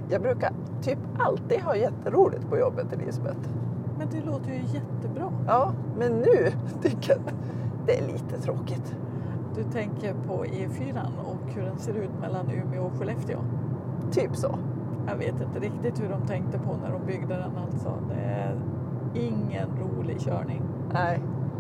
Jag brukar typ alltid ha jätteroligt på jobbet, Elisabeth. Men det låter ju jättebra. Ja, men nu tycker jag det är lite tråkigt. Du tänker på E4 och hur den ser ut mellan Umeå och Skellefteå. Typ så. Jag vet inte riktigt hur de tänkte på när de byggde den alltså. Det är ingen rolig körning. Nej.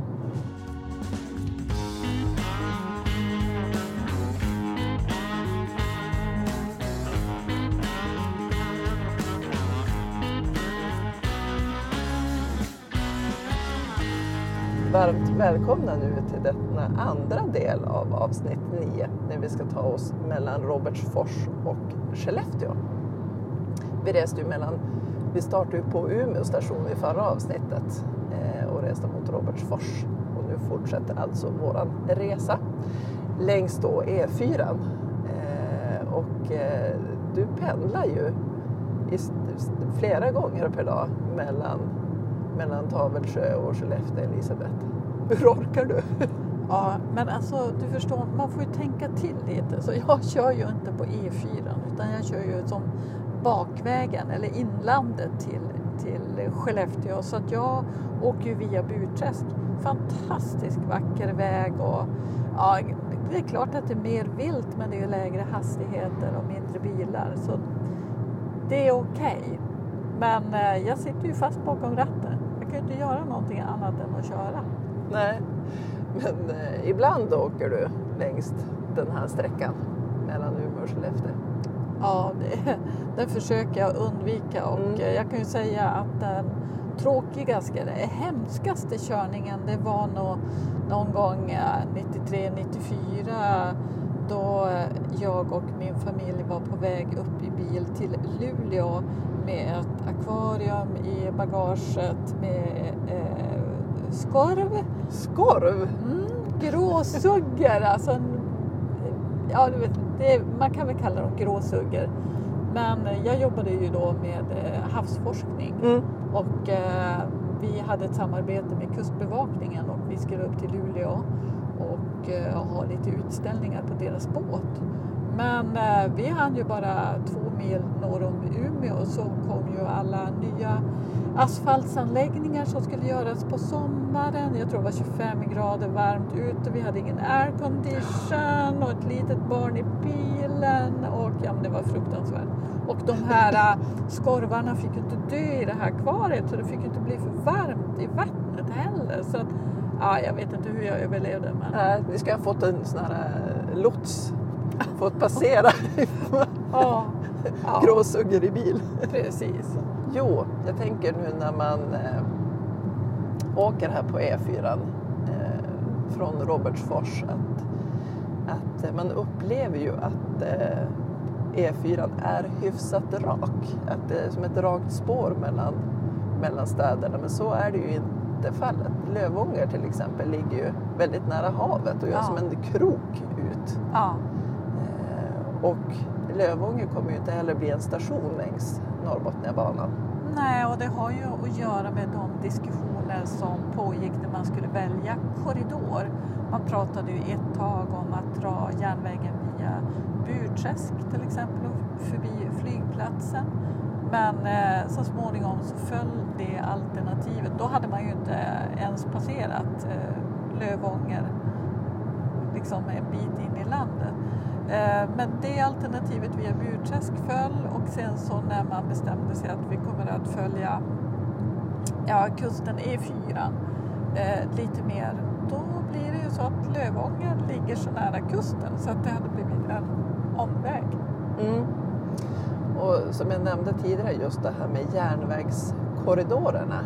Varmt välkomna nu till denna andra del av avsnitt 9 när vi ska ta oss mellan Robertsfors och Skellefteå. Vi startade ju på Umeå station i förra avsnittet och reste mot Robertsfors. Och nu fortsätter alltså våran resa längs då E4. Du pendlar ju flera gånger per dag mellan Tavelsjö och Skellefteå, Elisabeth. Hur orkar du? Ja, men alltså du förstår, man får ju tänka till lite. Så jag kör ju inte på E4 utan jag kör ju som bakvägen eller inlandet till Skellefteå. Så att jag åker ju via Burträsk. Fantastiskt vacker väg och ja, det är klart att det är mer vilt men det är ju lägre hastigheter och mindre bilar. Så det är okej. Men jag sitter ju fast bakom ratten. Jag kan ju inte göra någonting annat än att köra. Nej, men ibland åker du längs den här sträckan mellan Umeå och Skellefteå. Ja, det försöker jag undvika. Och jag kan ju säga att den tråkigaste, hemskaste körningen det var nog någon gång 93-94 då jag och min familj var på väg upp i bil till Luleå med ett akvarium i bagaget med skorv. Skorv? Gråsugger. Alltså, ja, du vet, man kan väl kalla dem gråsugger. Men jag jobbade ju då med havsforskning. Och vi hade ett samarbete med Kustbevakningen och vi skulle upp till Luleå och ha lite utställningar på deras båt. Men vi hann ju bara 2 mil norr om Umeå och så kom ju alla nya asfaltsanläggningar som skulle göras på sommaren. Jag tror det var 25 grader varmt ute. Vi hade ingen aircondition och ett litet barn i bilen. Och ja, men det var fruktansvärt. Och de här skorvarna fick ju inte dö i det här akvariet så det fick ju inte bli för varmt i vattnet heller. Så att, ja, jag vet inte hur jag överlevde. Men... Vi ska ha fått en sån här lots. Fått passera gråsugger i bil. Precis. Jo, jag tänker nu när man åker här på E4 från Robertsfors att man upplever ju att E4 är hyfsat rak. Att det är som ett rakt spår mellan städerna. Men så är det ju inte fallet. Lövånger till exempel ligger ju väldigt nära havet och gör som en krok ut. Ja. Och Lövånger kommer ju inte heller bli en station längs Norrbotniabanan. Nej, och det har ju att göra med de diskussioner som pågick när man skulle välja korridor. Man pratade ju ett tag om att dra järnvägen via Burträsk till exempel och förbi flygplatsen. Men så småningom så föll det alternativet. Då hade man ju inte ens passerat Lövånger liksom en bit in i landet. Men det alternativet via Burträsk föll och sen så när man bestämde sig att vi kommer att följa kusten E4 lite mer, då blir det ju så att Lövånger ligger så nära kusten så att det hade blivit en omväg. Och som jag nämnde tidigare just det här med järnvägskorridorerna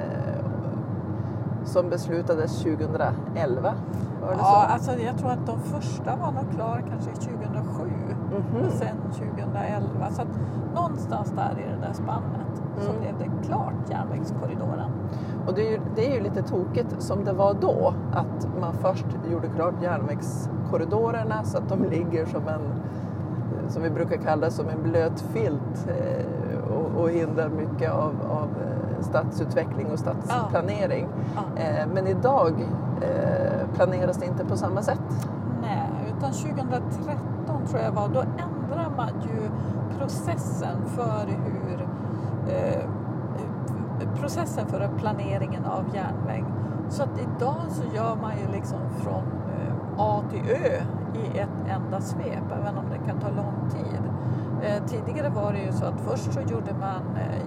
som beslutades 2011. Var det så? Alltså jag tror att de första var nog klara kanske 2007 och sen 2011. Så att någonstans där i det där spannet så blev det klart järnvägskorridoren. Och det är ju lite tokigt som det var då att man först gjorde klart järnvägskorridorerna så att de ligger som vi brukar kalla som en blöt filt och hindrar mycket av stadsutveckling och stadsplanering. Men idag planeras det inte på samma sätt. Nej, utan 2013 tror jag då ändrade förklarar man ju processen för processen för planeringen av järnväg. Så att idag så gör man ju liksom från A till Ö i ett enda svep, även om det kan ta lång tid. Tidigare var det ju så att först så gjorde man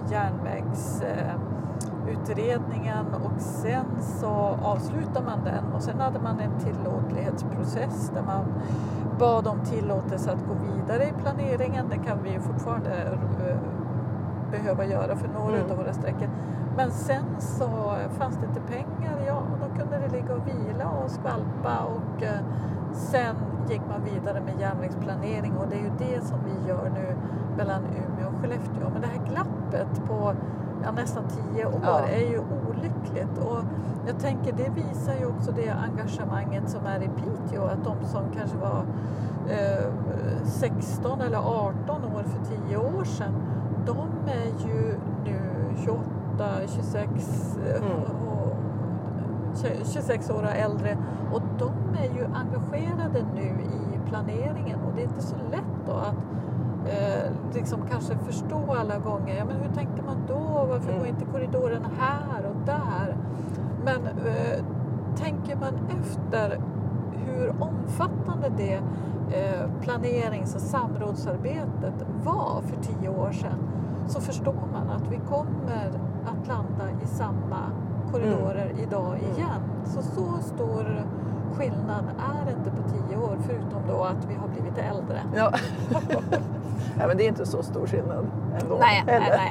järnvägsutredningen och sen så avslutade man den och sen hade man en tillåtlighetsprocess där man bad om tillåtelse att gå vidare i planeringen. Det kan vi ju fortfarande behöva göra för några av våra sträckor. Men sen så fanns det inte pengar, då kunde det ligga och vila och skvalpa och sen gick man vidare med järnvägsplanering och det är ju det som vi gör nu mellan Umeå och Skellefteå. Men det här glappet på nästan 10 år är ju olyckligt och jag tänker det visar ju också det engagemanget som är i Piteå, att de som kanske var 16 eller 18 år för 10 år sedan, de är ju nu 28, 26 år äldre och de är ju engagerade nu i planeringen och det är inte så lätt då att liksom kanske förstå alla gånger, men hur tänkte man då, varför går inte korridorerna här och där, men tänker man efter hur omfattande det planerings- och samrådsarbetet var för 10 år sedan, så förstår man att vi kommer att landa i samma korridorer idag igen. Så stor skillnad är inte på 10 år, förutom då att vi har blivit äldre. Ja. Ja, men det är inte så stor skillnad ändå. Nej.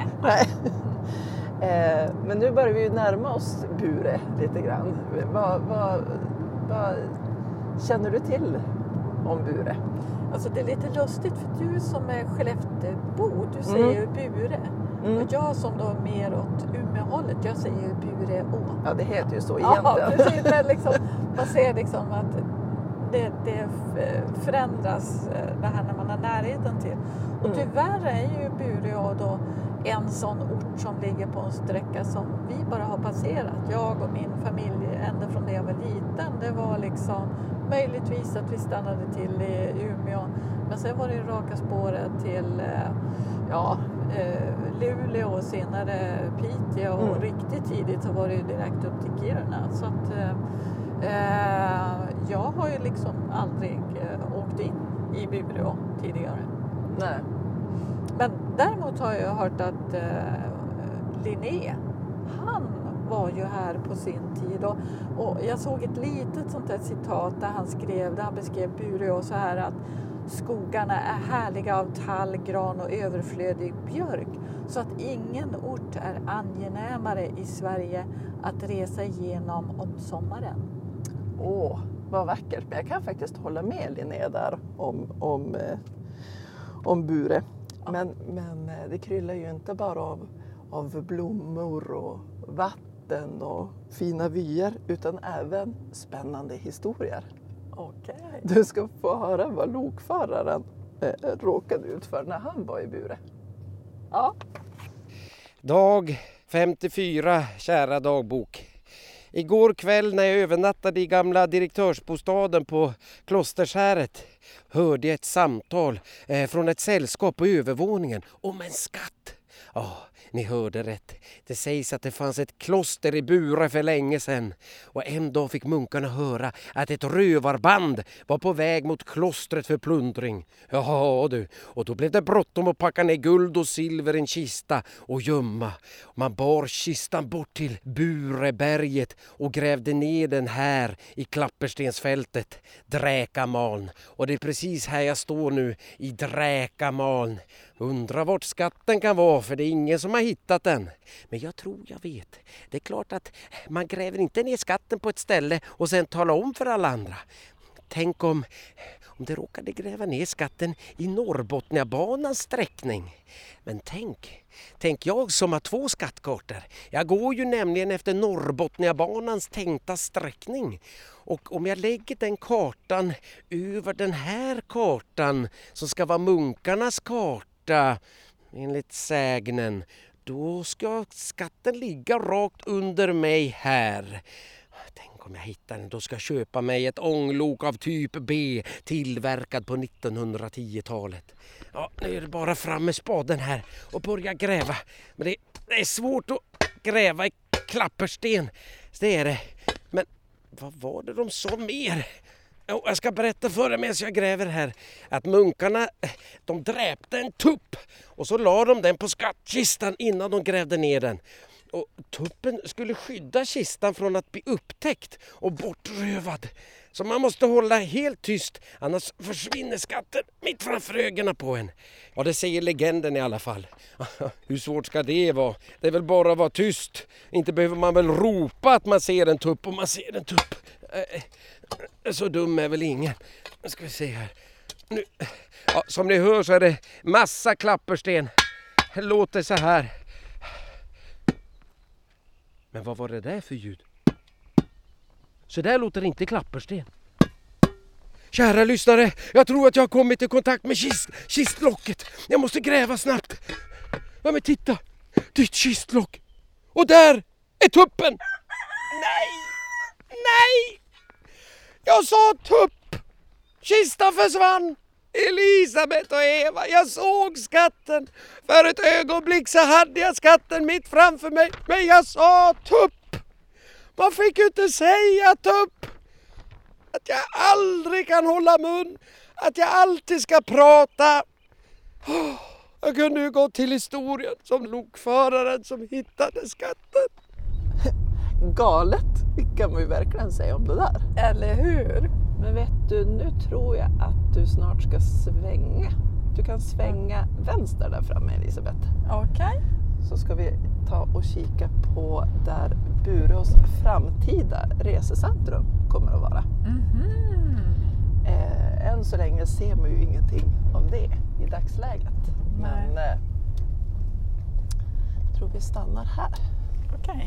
Men nu börjar vi ju närma oss Bure lite grann. Vad känner du till om Bure? Alltså det är lite lustigt för du som är Skellefteåbo, du säger ju Bure. Och jag som då är mer åt Umeåhållet, jag säger ju Bureå. Ja, det heter ju så egentligen. Ja, precis. Men liksom, man ser liksom att det förändras det här när man har närheten till. Och tyvärr är ju Bureå då en sån ort som ligger på en sträcka som vi bara har passerat. Jag och min familj ända från det jag var liten. Det var liksom möjligtvis att vi stannade till i Umeå. Men sen var det raka spåret till Luleå och senare Piteå. Och riktigt tidigt så var det ju direkt upp till Kiruna. Så att jag har ju liksom aldrig åkt in i Bureå tidigare. Nej. Men däremot har jag hört att Linné, han var ju här på sin tid. Och jag såg ett litet sånt här citat där han beskrev Bureå så här att skogarna är härliga av tall, gran och överflödig björk. Så att ingen ort är angenämare i Sverige att resa igenom om sommaren. Åh, vad vackert. Men jag kan faktiskt hålla med Linné där om Bure. Men det kryllar ju inte bara av blommor och vatten och fina vyer, utan även spännande historier. Okej. Du ska få höra vad lokföraren råkade ut för när han var i Bure. Ja. Dag 54, kära dagbok. Igår kväll när jag övernattade i gamla direktörsbostaden på Klosterskäret hörde jag ett samtal från ett sällskap på övervåningen om en skatt. Ja, ni hörde rätt. Det sägs att det fanns ett kloster i Bure för länge sedan. Och en dag fick munkarna höra att ett rövarband var på väg mot klostret för plundring. Jaha du, och då blev det bråttom att packa ner guld och silver i en kista och gömma. Man bar kistan bort till Bureberget och grävde ner den här i Klapperstensfältet, Dräkamaln. Och det är precis här jag står nu, i Dräkamaln. Undrar vart skatten kan vara, för det är ingen som har hittat den. Men jag tror jag vet. Det är klart att man gräver inte ner skatten på ett ställe och sen talar om för alla andra. Tänk om det råkade gräva ner skatten i Norrbotniabanans sträckning. Men tänk jag som har 2 skattkartor. Jag går ju nämligen efter Norrbotniabanans tänkta sträckning. Och om jag lägger den kartan över den här kartan som ska vara munkarnas karta enligt sägnen, då ska skatten ligga rakt under mig här. Tänk om jag hittar den, då ska jag köpa mig ett ånglok av typ B tillverkad på 1910-talet. Ja, nu är det bara fram med spaden här och börja gräva. Men det är svårt att gräva i klappersten, det är det. Men vad var det de sa mer? Jo, jag ska berätta för er medan jag gräver här. Att munkarna, de dräpte en tupp och så la de den på skattkistan innan de grävde ner den. Och tuppen skulle skydda kistan från att bli upptäckt och bortrövad. Så man måste hålla helt tyst, annars försvinner skatten mitt framför ögonen på en. Ja, det säger legenden i alla fall. Hur svårt ska det vara? Det är väl bara att vara tyst. Inte behöver man väl ropa att man ser en tupp om man ser en tupp. Så dum är väl ingen. Nu ska vi se här. Nu. Ja, som ni hör så är det massa klappersten. Det låter så här. Men vad var det där för ljud? Så där låter inte klappersten. Kära lyssnare, jag tror att jag har kommit i kontakt med kistlocket. Jag måste gräva snabbt. Ja, men titta. Det är ett kistlock. Och där är tuppen. Nej! Nej! Jag sa tupp. Kistan försvann. Elisabeth och Eva, jag såg skatten. För ett ögonblick så hade jag skatten mitt framför mig. Men jag sa tupp. Man fick ju inte säga tupp. Att jag aldrig kan hålla mun. Att jag alltid ska prata. Jag kunde ju gå till historien som lokföraren som hittade skatten. Galet kan man ju verkligen säga om det där. Eller hur? Men vet du, nu tror jag att du snart ska svänga. Du kan svänga vänster där framme, Elisabeth. Okej. Så ska vi ta och kika på där Bureås framtida resecentrum kommer att vara. Än så länge ser man ju ingenting om det i dagsläget. Nej. Men jag tror vi stannar här. Okej.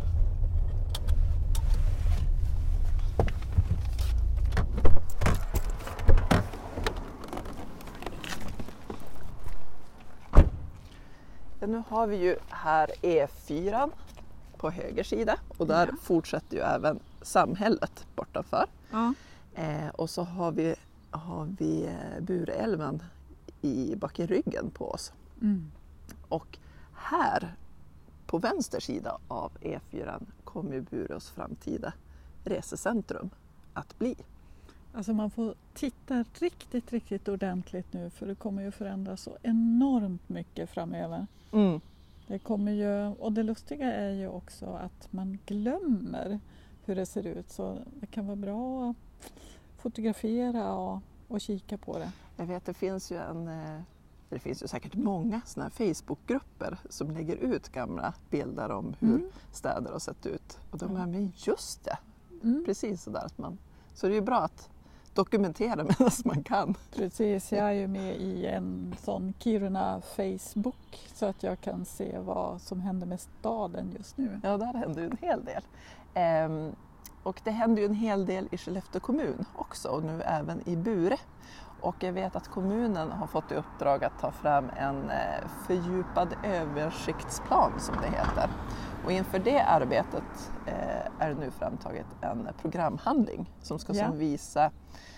Nu har vi ju här E4 på höger sida och där fortsätter ju även samhället bortanför. Ja. Och så har vi Bureälven i bakryggen på oss. Och här på vänster sida av E4 kommer ju Bureås framtida resecentrum att bli. Alltså man får titta riktigt ordentligt nu, för det kommer ju förändras så enormt mycket framöver. Det kommer ju, och det lustiga är ju också att man glömmer hur det ser ut, så det kan vara bra att fotografera och kika på det. Jag vet, det finns ju säkert många såna här Facebookgrupper som lägger ut gamla bilder om hur städer har sett ut. Och de är men just det, precis sådär att så det är ju bra att dokumentera medan man kan. Precis, jag är ju med i en sån Kiruna Facebook så att jag kan se vad som händer med staden just nu. Ja, där händer ju en hel del. Och det händer ju en hel del i Skellefteå kommun också och nu även i Bure. Och jag vet att kommunen har fått i uppdrag att ta fram en fördjupad översiktsplan som det heter. Och inför det arbetet är det nu framtaget en programhandling som ska som visa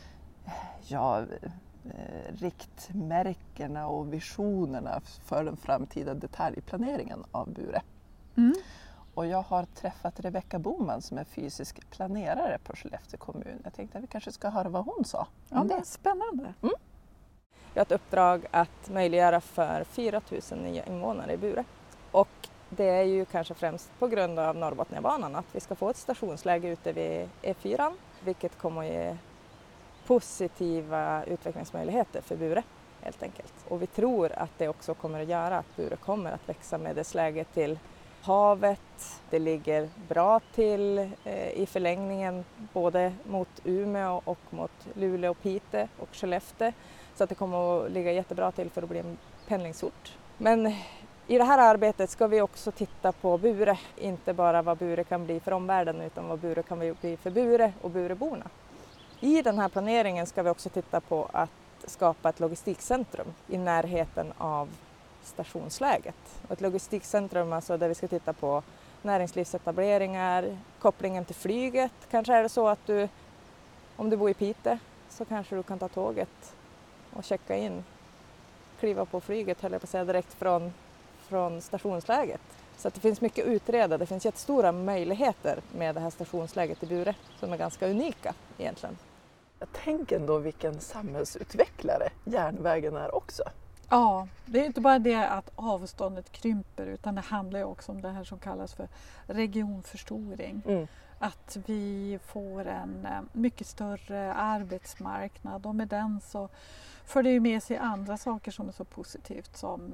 riktmärkena och visionerna för den framtida detaljplaneringen av Bure. Och jag har träffat Rebecka Boman som är fysisk planerare på Skellefteå kommun. Jag tänkte att vi kanske ska höra vad hon sa. Ja, det är spännande. Jag har ett uppdrag att möjliggöra för 4 000 nya invånare i Bure. Och det är ju kanske främst på grund av Norrbotniabanan att vi ska få ett stationsläge ute vid E4, vilket kommer att ge positiva utvecklingsmöjligheter för Bure helt enkelt. Och vi tror att det också kommer att göra att Bure kommer att växa med dess läge till havet. Det ligger bra till i förlängningen både mot Umeå och mot Luleå, Piteå och Skellefteå. Så att det kommer att ligga jättebra till för att bli en pendlingsort. Men i det här arbetet ska vi också titta på Bure. Inte bara vad Bure kan bli för omvärlden utan vad Bure kan bli för Bure och Bureborna. I den här planeringen ska vi också titta på att skapa ett logistikcentrum i närheten av stationsläget. Och ett logistikcentrum alltså där vi ska titta på näringslivsetableringar, kopplingen till flyget. Kanske är det så att om du bor i Piteå så kanske du kan ta tåget och checka in, kliva på flyget höll jag på att säga, direkt från stationsläget. Så att det finns mycket att utreda, det finns jättestora möjligheter med det här stationsläget i Bure som är ganska unika egentligen. Jag tänker ändå vilken samhällsutvecklare järnvägen är också. Ja, det är inte bara det att avståndet krymper utan det handlar ju också om det här som kallas för regionförstoring. Mm. Att vi får en mycket större arbetsmarknad och med den så för det ju med sig andra saker som är så positivt som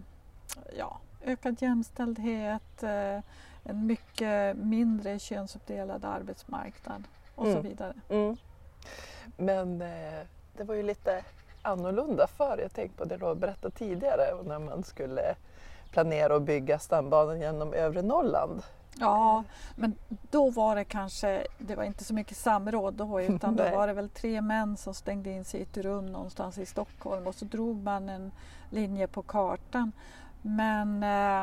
ökad jämställdhet, en mycket mindre könsuppdelad arbetsmarknad och så vidare. Mm. Men det var ju lite annorlunda förr. Jag tänkte på det du berättade tidigare när man skulle planera och bygga stambanan genom övre Norrland. Ja, men då var det var inte så mycket samråd då utan då var det väl 3 män som stängde in sig i ett rum någonstans i Stockholm och så drog man en linje på kartan. Men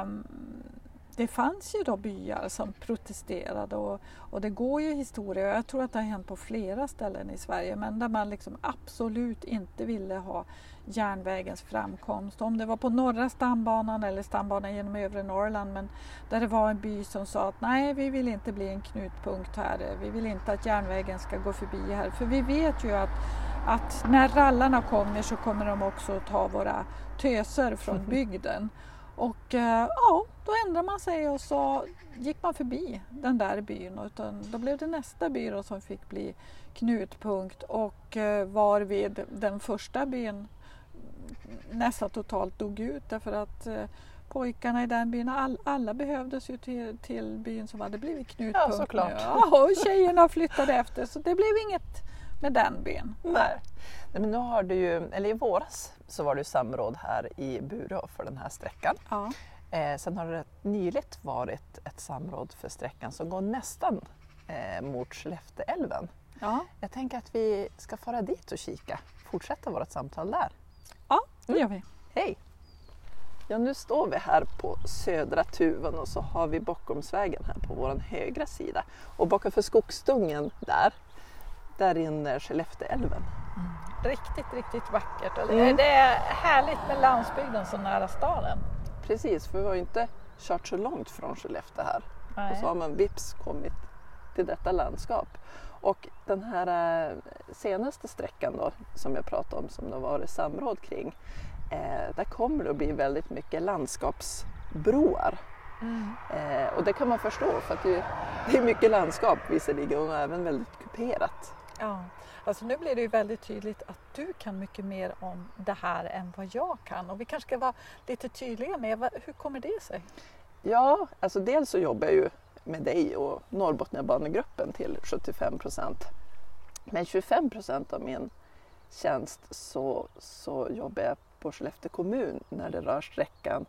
det fanns ju då byar som protesterade och det går ju historia. Jag tror att det har hänt på flera ställen i Sverige men där man liksom absolut inte ville ha järnvägens framkomst. Om det var på norra stambanan eller stambanan genom övre Norrland men där det var en by som sa att nej, vi vill inte bli en knutpunkt här. Vi vill inte att järnvägen ska gå förbi här. För vi vet ju att när rallarna kommer så kommer de också att ta våra töser från bygden. Och då ändrade man sig och så gick man förbi den där byn. Utan då blev det nästa by då som fick bli knutpunkt och varvid den första byn nästan totalt dog ut därför att pojkarna i den byn, alla behövdes ju till byn som hade blivit knutpunkt. Ja, såklart. Ja, och tjejerna flyttade efter så det blev inget med den byn. Nej, men nu har du ju, eller i våras så var det ju samråd här i Bure för den här sträckan. Ja. Sen har det nyligt varit ett samråd för sträckan som går nästan mot Skellefteälven. Ja. Jag tänker att vi ska fara dit och kika, fortsätta vårt samtal där. Ja, det gör vi. Hej! Ja, nu står vi här på södra Tuvan och så har vi Bockholmsvägen här på vår högra sida. Och bakom för skogsdungen där rinner Skellefteälven. Riktigt vackert. Det är härligt med landsbygden så nära staden. Precis, för vi har ju inte kört så långt från Skellefteå här. Nej. Och så har man vips kommit till detta landskap. Och den här senaste sträckan då, som jag pratade om som det var samråd kring, där kommer det att bli väldigt mycket landskapsbroar. Mm. Och det kan man förstå för att det är mycket landskap visserligen och även väldigt kuperat. Ja, alltså nu blir det ju väldigt tydligt att du kan mycket mer om det här än vad jag kan. Och vi kanske ska vara lite tydliga med hur kommer det sig? Ja, alltså dels så jobbar jag ju med dig och Norrbotniabanegruppen till 75%. Men 25% av min tjänst så jobbar jag på Skellefteå kommun när det rör sträckan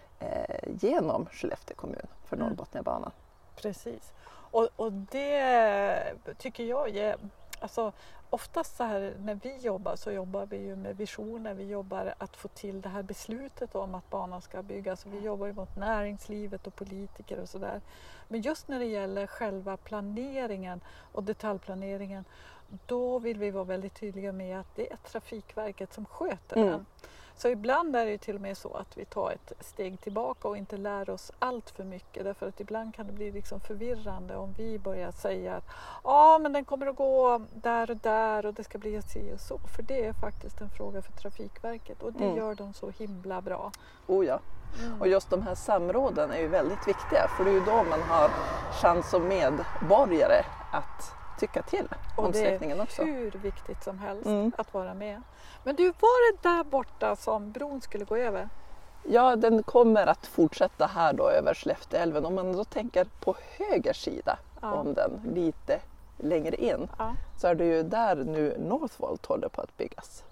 genom Skellefteå kommun för Norrbotniabanan. Precis. Och det tycker jag är, alltså oftast så här när vi jobbar så jobbar vi ju med visioner, vi jobbar att få till det här beslutet om att banan ska byggas. Vi jobbar ju mot näringslivet och politiker och sådär. Men just när det gäller själva planeringen och detaljplaneringen, då vill vi vara väldigt tydliga med att det är Trafikverket som sköter den. Så ibland är det till och med så att vi tar ett steg tillbaka och inte lär oss allt för mycket. Därför att ibland kan det bli liksom förvirrande om vi börjar säga att men den kommer att gå där och det ska bli si och så. För det är faktiskt en fråga för Trafikverket och det gör de så himla bra. Oh ja. Och just de här samråden är ju väldigt viktiga för det är ju då man har chans som medborgare att tycka till om sträckningen också. Och det är hur viktigt som helst att vara med. Men du, var det där borta som bron skulle gå över? Ja, den kommer att fortsätta här då över Skellefteälven. Om man då tänker på höger sida om den lite längre in så är det ju där nu Northvolt håller på att byggas.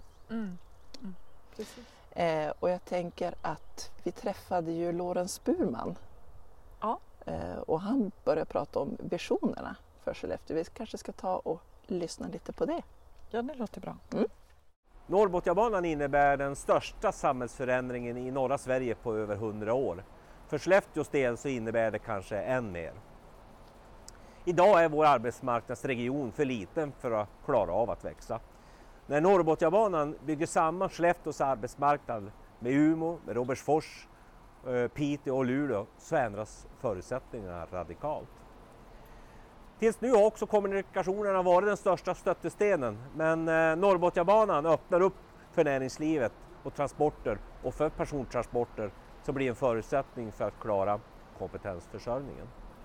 Precis. Och jag tänker att vi träffade ju Lorentz Burman. Ja. Och han började prata om visionerna för Skellefteå. Vi kanske ska ta och lyssna lite på det. Ja, det låter bra. Norrbotniabanan innebär den största samhällsförändringen i norra Sverige på över 100 år. För Skellefteås del så innebär det kanske än mer. Idag är vår arbetsmarknadsregion för liten för att klara av att växa. När Norrbotniabanan bygger samman Skellefteås arbetsmarknad med Umeå, med Robertsfors, Piteå och Luleå så ändras förutsättningarna radikalt. Tills nu har också kommunikationerna varit den största stöttestenen, men Norrbotniabanan öppnar upp för näringslivet och transporter och för persontransporter som blir en förutsättning för att klara kompetensförsörjningen.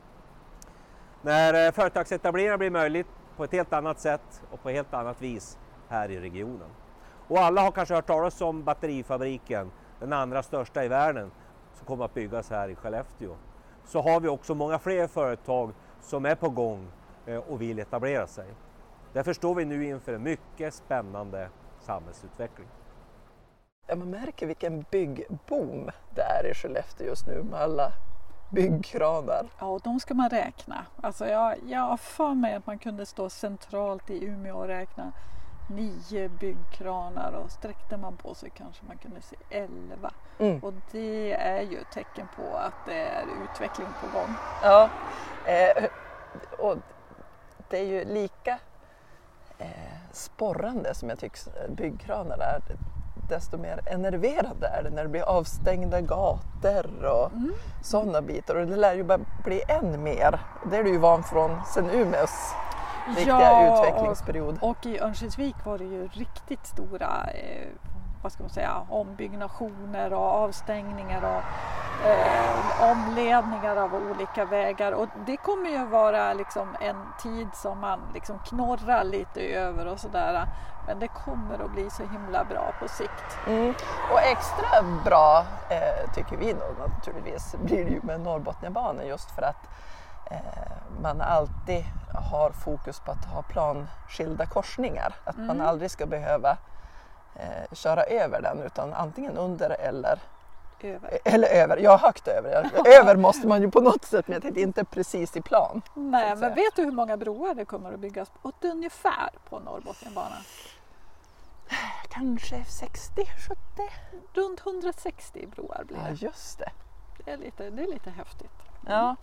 När företagsetableringar blir möjligt på ett helt annat sätt och på ett helt annat vis här i regionen. Och alla har kanske hört talas om batterifabriken, den andra största i världen, som kommer att byggas här i Skellefteå. Så har vi också många fler företag som är på gång och vill etablera sig. Därför står vi nu inför en mycket spännande samhällsutveckling. Ja, man märker vilken byggboom det är i Skellefteå just nu med alla byggkranar. Ja, och de ska man räkna. Alltså jag har för mig att man kunde stå centralt i Umeå och räkna 9 byggkranar och sträckte man på sig kanske man kunde se 11. Och det är ju ett tecken på att det är utveckling på gång. Ja, och det är ju lika sporrande som jag tycker byggkranar är. Desto mer enerverande är det när det blir avstängda gator och sådana bitar. Och det lär ju bara bli än mer. Det är du ju van från sen Umeås riktiga utvecklingsperiod. Och i Örnsköldsvik var det ju riktigt stora ombyggnationer och avstängningar och omledningar av olika vägar. Och det kommer ju vara liksom en tid som man liksom knorrar lite över och sådär. Men det kommer att bli så himla bra på sikt. Och extra bra tycker vi nog naturligtvis blir det ju med Norrbotniabanan just för att man alltid har fokus på att ha planskilda korsningar. Att man aldrig ska behöva köra över den utan antingen under eller över. Ja, högt över. Över måste man ju på något sätt, men jag tänkte inte precis i plan. Nej, men vet du hur många broar det kommer att byggas åt ungefär på Norrbotniabanan? Kanske 60, 70? Runt 160 broar blir det. Ja, just det. Det är lite häftigt. Ja.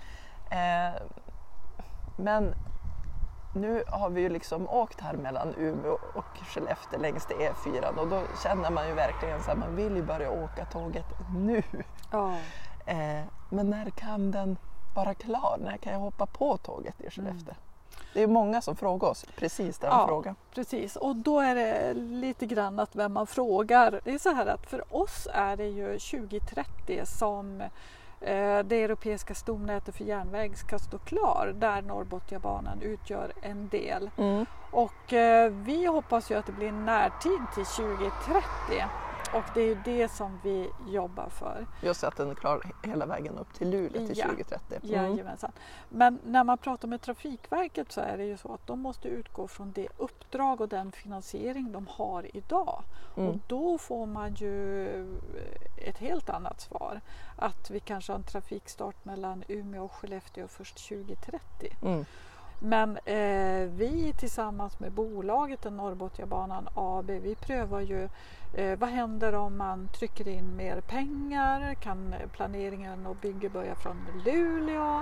Men nu har vi ju liksom åkt här mellan Umeå och Skellefteå längs E4 och då känner man ju verkligen så att man vill ju börja åka tåget nu. Ja. Men när kan den vara klar? När kan jag hoppa på tåget i Skellefteå? Det är många som frågar oss precis den frågan. Precis, och då är det lite grann att vem man frågar. Det är så här att för oss är det ju 2030 som det europeiska stomnätet för järnväg ska stå klar där Norrbotniabanan utgör en del. Och vi hoppas ju att det blir närtid till 2030 och det är ju det som vi jobbar för. Just att den är klar hela vägen upp till Luleå till 2030. Jajamensan. Men när man pratar med Trafikverket så är det ju så att de måste utgå från det uppdrag och den finansiering de har idag. Och då får man ju ett helt annat svar. Att vi kanske har en trafikstart mellan Umeå och Skellefteå först 2030. Men vi tillsammans med bolaget Norrbotniabanan AB, vi prövar ju vad händer om man trycker in mer pengar? Kan planeringen och bygget börja från Luleå?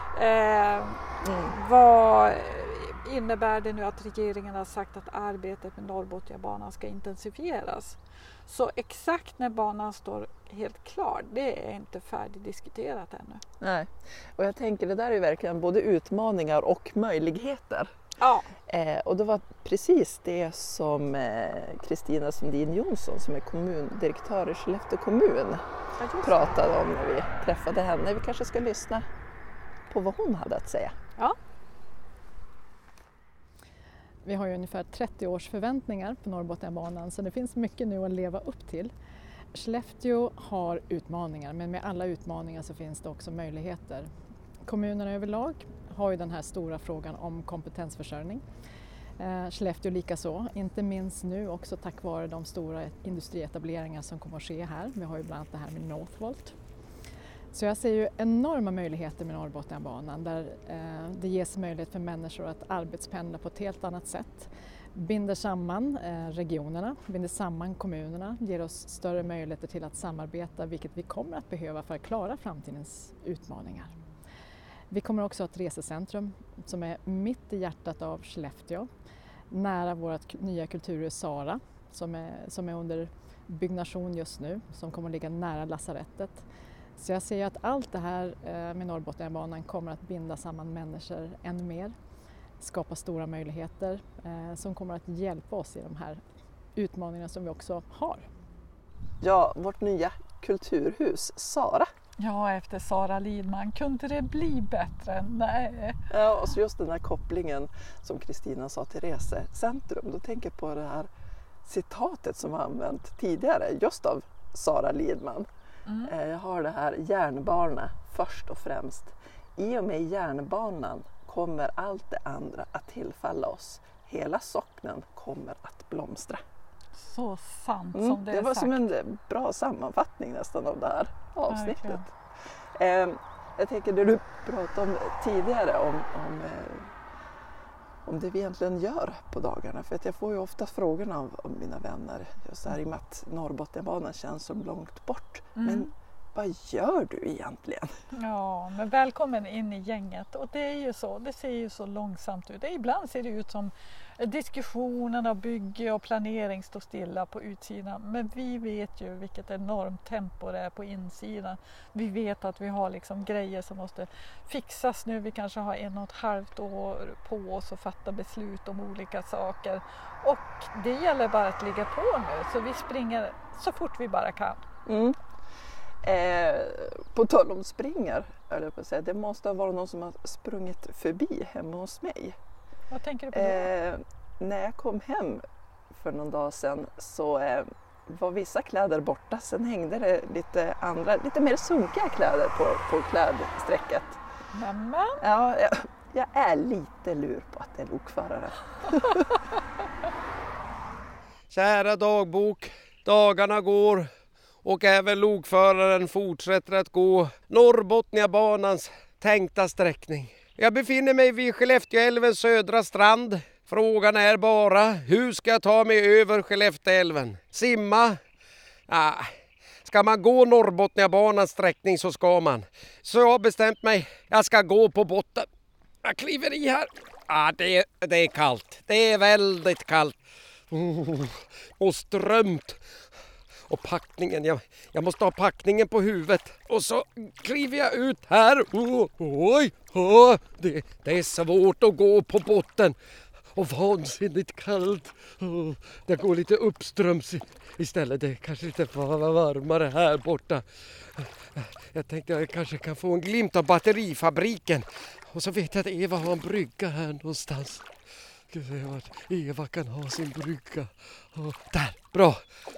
Vad innebär det nu att regeringen har sagt att arbetet med Norrbotniabanan ska intensifieras? Så exakt när banan står helt klar, det är inte färdigdiskuterat ännu. Nej, och jag tänker det där är verkligen både utmaningar och möjligheter. Ja. Och det var precis det som Kristina Sundin Jonsson som är kommundirektör i Skellefteå kommun pratade om när vi träffade henne. Vi kanske ska lyssna på vad hon hade att säga. Ja. Vi har ju ungefär 30 års förväntningar på Norrbotniabanan så det finns mycket nu att leva upp till. Skellefteå har utmaningar men med alla utmaningar så finns det också möjligheter. Kommunerna överlag har ju den här stora frågan om kompetensförsörjning. Skellefteå lika så, inte minst nu också tack vare de stora industrietableringar som kommer att ske här. Vi har ju bland annat det här med Northvolt. Så jag ser ju enorma möjligheter med Norrbotniabanan där det ges möjlighet för människor att arbetspendla på ett helt annat sätt. binder samman regionerna, binder samman kommunerna, ger oss större möjligheter till att samarbeta, vilket vi kommer att behöva för att klara framtidens utmaningar. Vi kommer också ha ett resecentrum som är mitt i hjärtat av Skellefteå, nära vårt nya kulturhus Sara som är under byggnation just nu, som kommer att ligga nära lasarettet. Så jag ser att allt det här med Norrbotniabanan kommer att binda samman människor ännu mer, skapa stora möjligheter som kommer att hjälpa oss i de här utmaningarna som vi också har. Ja, vårt nya kulturhus Sara. Ja, efter Sara Lidman. Kunde det bli bättre? Nej. Ja, och så just den här kopplingen som Kristina sa till resecentrum. Då tänker jag på det här citatet som var använt tidigare just av Sara Lidman. Jag har det här: järnbana först och främst. I och med järnbanan kommer allt det andra att tillfalla oss. Hela socknen kommer att blomstra. Så sant som det är Det var sagt. som en bra sammanfattning nästan av det här avsnittet. Jag tänker det du pratade om tidigare om det vi egentligen gör på dagarna. För att jag får ju ofta frågorna av mina vänner just här i och med att Norrbotniabanan känns som långt bort. Men vad gör du egentligen? Ja, men välkommen in i gänget. Och det är ju så, det ser ju så långsamt ut. Ibland ser det ut som diskussionen av bygge och planering står stilla på utsidan. Men vi vet ju vilket enormt tempo det är på insidan. Vi vet att vi har liksom grejer som måste fixas nu. Vi kanske har 1,5 år på oss att fatta beslut om olika saker. Och det gäller bara att ligga på nu. Så vi springer så fort vi bara kan. På tal om springer, eller på att säga, det måste ha varit någon som har sprungit förbi hemma hos mig. Vad tänker du på då? När jag kom hem för någon dag sedan så var vissa kläder borta. Sen hängde det lite mer sunkiga kläder på klädsträcket. Nämen. Ja, jag är lite lur på att det är lokförare. Kära dagbok, dagarna går och även lokföraren fortsätter att gå Norrbotniabanans tänkta sträckning. Jag befinner mig vid Skellefteälvens södra strand. Frågan är bara, hur ska jag ta mig över Skellefteälven? Simma? Ska man gå Norrbotniabanans sträckning så ska man. Så jag har bestämt mig, jag ska gå på botten. Jag kliver i här. Det är kallt. Det är väldigt kallt. Och strömt. Och packningen, jag måste ha packningen på huvudet. Och så kliver jag ut här. Det är svårt att gå på botten. Och vansinnigt kallt. Det går lite uppströms istället. Det är kanske lite varmare här borta. Jag tänkte att jag kanske kan få en glimt av batterifabriken. Och så vet jag att Eva har en brygga här någonstans. Gud, se vart Eva kan ha sin brygga. Där, bra.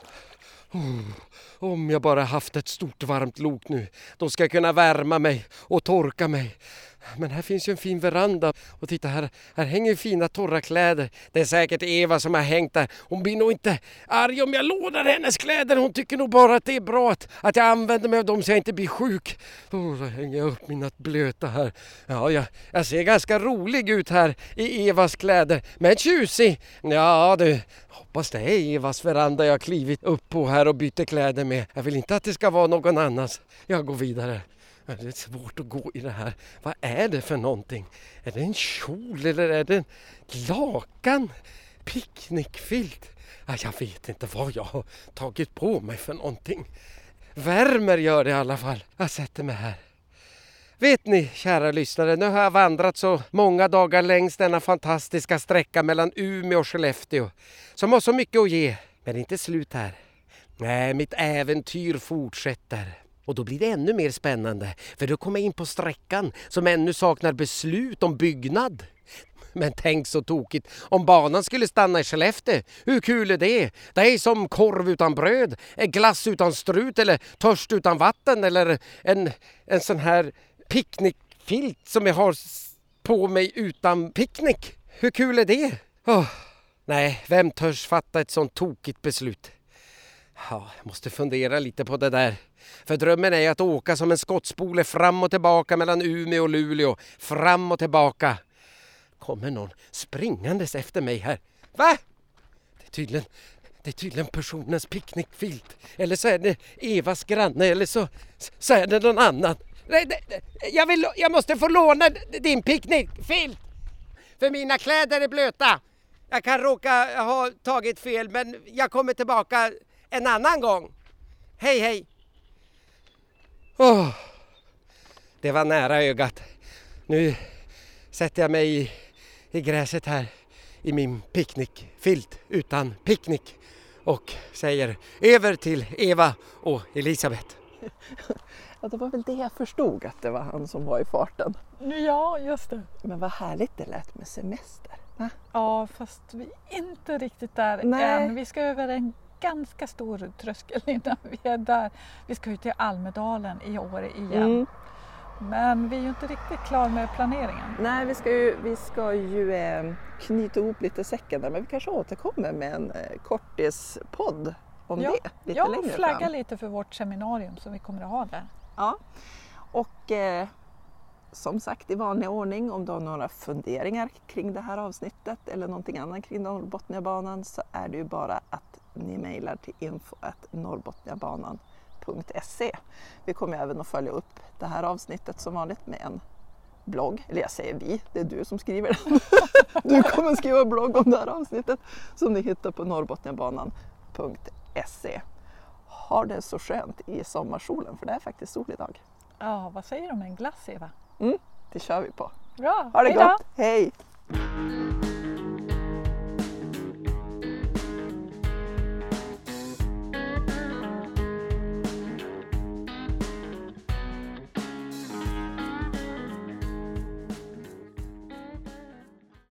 Om jag bara haft ett stort varmt lok nu, då ska jag kunna värma mig och torka mig. Men här finns ju en fin veranda. Och titta här hänger fina torra kläder. Det är säkert Eva som har hängt där. Hon blir nog inte arg om jag lånar hennes kläder. Hon tycker nog bara att det är bra att jag använder mig av dem så jag inte blir sjuk. Så hänger jag upp mina blöta här. Ja, jag ser ganska rolig ut här i Evas kläder. Men tjusig. Ja du, hoppas det är Evas veranda jag har klivit upp på här och byter kläder med. Jag vill inte att det ska vara någon annans. Jag går vidare. Det är svårt att gå i det här. Vad är det för någonting? Är det en kjol eller är det en lakan? Picknickfilt? Jag vet inte vad jag har tagit på mig för någonting. Värmer gör det i alla fall. Jag sätter mig här. Vet ni, kära lyssnare, nu har jag vandrat så många dagar längs denna fantastiska sträcka mellan Umeå och Skellefteå som har så mycket att ge. Men det är inte slut här. Nej, mitt äventyr fortsätter. Och då blir det ännu mer spännande, för då kommer jag in på sträckan som ännu saknar beslut om byggnad. Men tänk så tokigt, om banan skulle stanna i Skellefteå, hur kul är det? Det är som korv utan bröd, glass utan strut eller törst utan vatten eller en sån här picknickfilt som jag har på mig utan picknick. Hur kul är det? Nej, vem törs fatta ett sånt tokigt beslut? Ja, jag måste fundera lite på det där. För drömmen är att åka som en skottspole fram och tillbaka mellan Umeå och Luleå. Fram och tillbaka. Kommer någon springandes efter mig här? Va? Det är tydligen personens picknickfilt. Eller så är det Evas granne, eller så är det någon annan. Jag måste få låna din picknickfilt. För mina kläder är blöta. Jag kan råka ha tagit fel, men jag kommer tillbaka en annan gång. Hej. Det var nära ögat. Nu sätter jag mig i gräset här i min picknickfilt utan picknick och säger över till Eva och Elisabeth. Ja, det var väl det jag förstod, att det var han som var i farten. Ja, just det. Men vad härligt det lät med semester. Va? Ja, fast vi är inte riktigt där än. Vi ska över en ganska stor tröskel innan vi är där. Vi ska ju till Almedalen i Åre igen. Men vi är ju inte riktigt klara med planeringen. Nej, vi ska ju knyta ihop lite säcken där, men vi kanske återkommer med en kortispodd om det lite längre flagga fram. lite för vårt seminarium som vi kommer att ha där. Ja, och som sagt i vanlig ordning, om du har några funderingar kring det här avsnittet eller någonting annat kring Norrbotniabanan, så är det ju bara att ni mejlar till info@norrbotniabanan.se. Vi kommer även att följa upp det här avsnittet som vanligt med en blogg, eller jag säger vi, det är du som skriver den. Du kommer skriva blogg om det här avsnittet som ni hittar på norrbotniabanan.se. Ha det så skönt i sommarsolen, för det är faktiskt sol idag. Ja, vad säger du om en glass, Eva? Det kör vi på. Bra, Ha det hejdå. gott, hej!